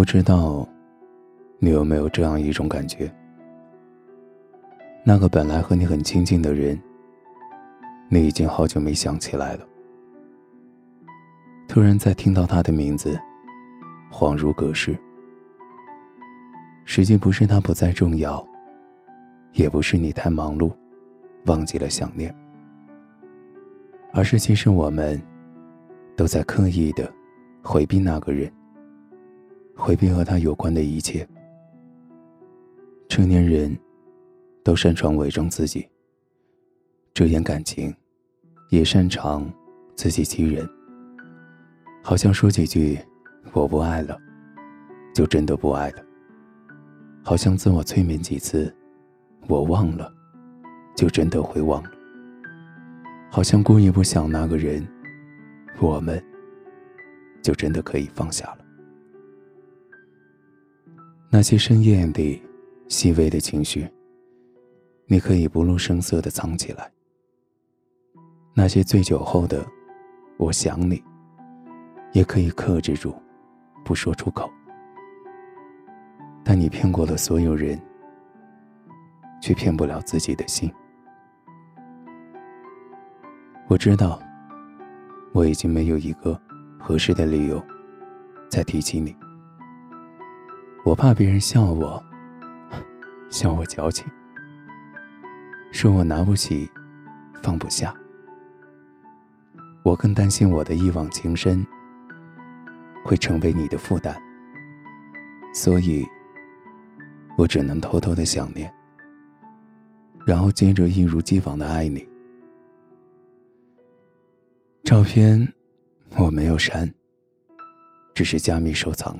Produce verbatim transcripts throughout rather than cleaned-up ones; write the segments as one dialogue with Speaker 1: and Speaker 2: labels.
Speaker 1: 知道你有没有这样一种感觉，那个本来和你很亲近的人，你已经好久没想起来了，突然在听到他的名字，恍如隔世。实际不是他不再重要，也不是你太忙碌忘记了想念，而是其实我们都在刻意的回避那个人，回避和他有关的一切。成年人都擅长伪装自己，遮掩感情，也擅长自欺欺人，好像说几句我不爱了就真的不爱了，好像自我催眠几次我忘了就真的会忘了，好像故意不想那个人，我们就真的可以放下了。那些深夜里细微的情绪，你可以不露声色地藏起来，那些醉酒后的我想你，也可以克制住不说出口。但你骗过了所有人，却骗不了自己的心。我知道我已经没有一个合适的理由再提起你，我怕别人笑我笑我矫情，说我拿不起放不下，我更担心我的一往情深会成为你的负担，所以我只能偷偷的想念，然后接着一如既往的爱你。照片我没有删，只是加密收藏了。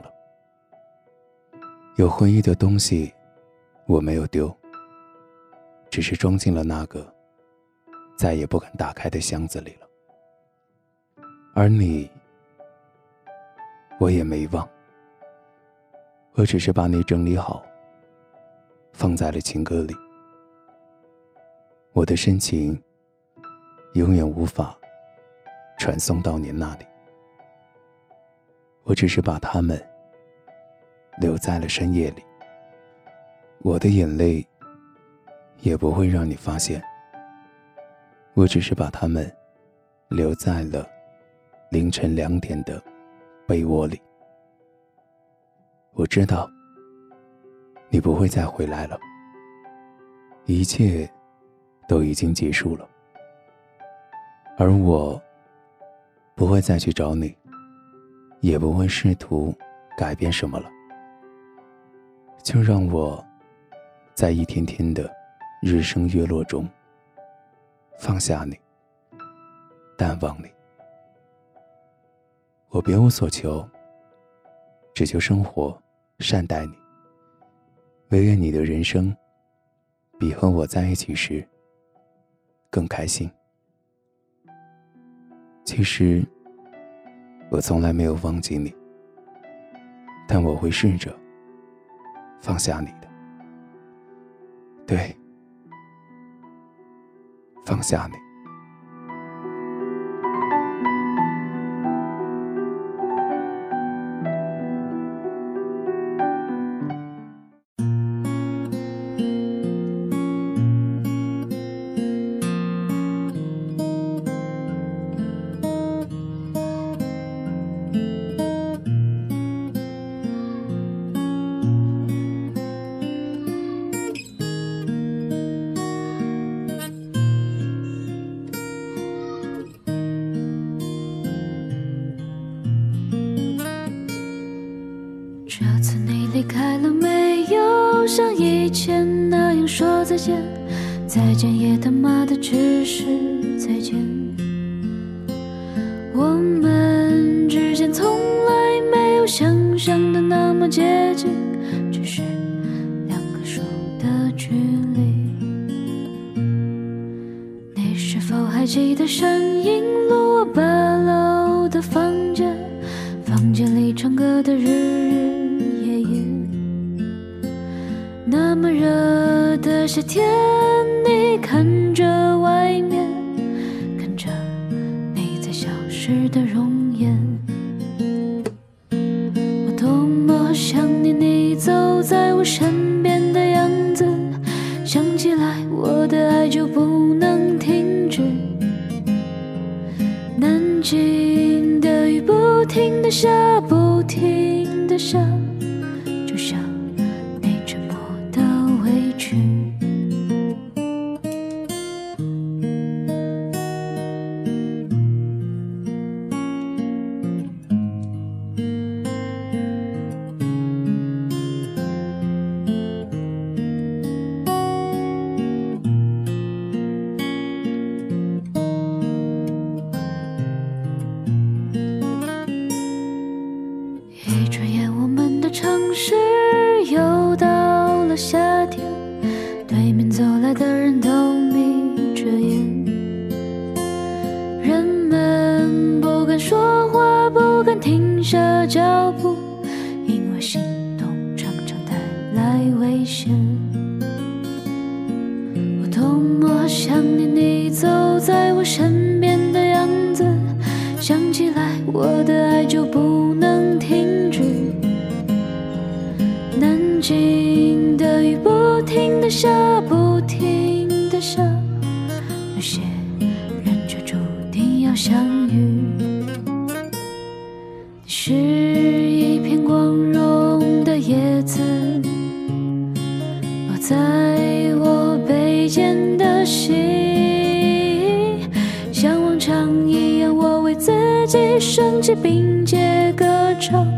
Speaker 1: 有回忆的东西我没有丢，只是装进了那个再也不敢打开的箱子里了。而你我也没忘，我只是把你整理好放在了情歌里。我的深情永远无法传送到你那里，我只是把它们留在了深夜里。我的眼泪也不会让你发现，我只是把它们留在了凌晨两点的被窝里。我知道你不会再回来了，一切都已经结束了，而我不会再去找你，也不会试图改变什么了。就让我在一天天的日升月落中放下你，淡忘你。我别无所求，只求生活善待你，唯愿你的人生比和我在一起时更开心。其实我从来没有忘记你，但我会试着放下你的。对，放下你。
Speaker 2: 这次你离开了没有像以前那样说再见，再见也他妈的只是再见。我们之间从来没有想象的那么接近，只是两个手的距离。你是否还记得山阴路我八楼的房间，房间里唱歌的日日夜夜，那么热的夏天，你看着外面，看着你在消失的容颜。我多么想念你走在我身边的样子，想起来我的爱就不能停止。南京的雨不停地下，不停地下，就像你沉默的委屈。一转眼我们的城市又到了夏天，对面走来的人都眯着眼，人们不敢说话，不敢停下脚步，因为心动常常带来危险。我多么想念你走在我身边的样子，想起来我的爱就不能停止。南京的雨不停地下，不停地下，有些人却注定要相遇。你是一片光荣的叶子，落在我背肩的心，像往常一样，我为自己升起并肩歌唱。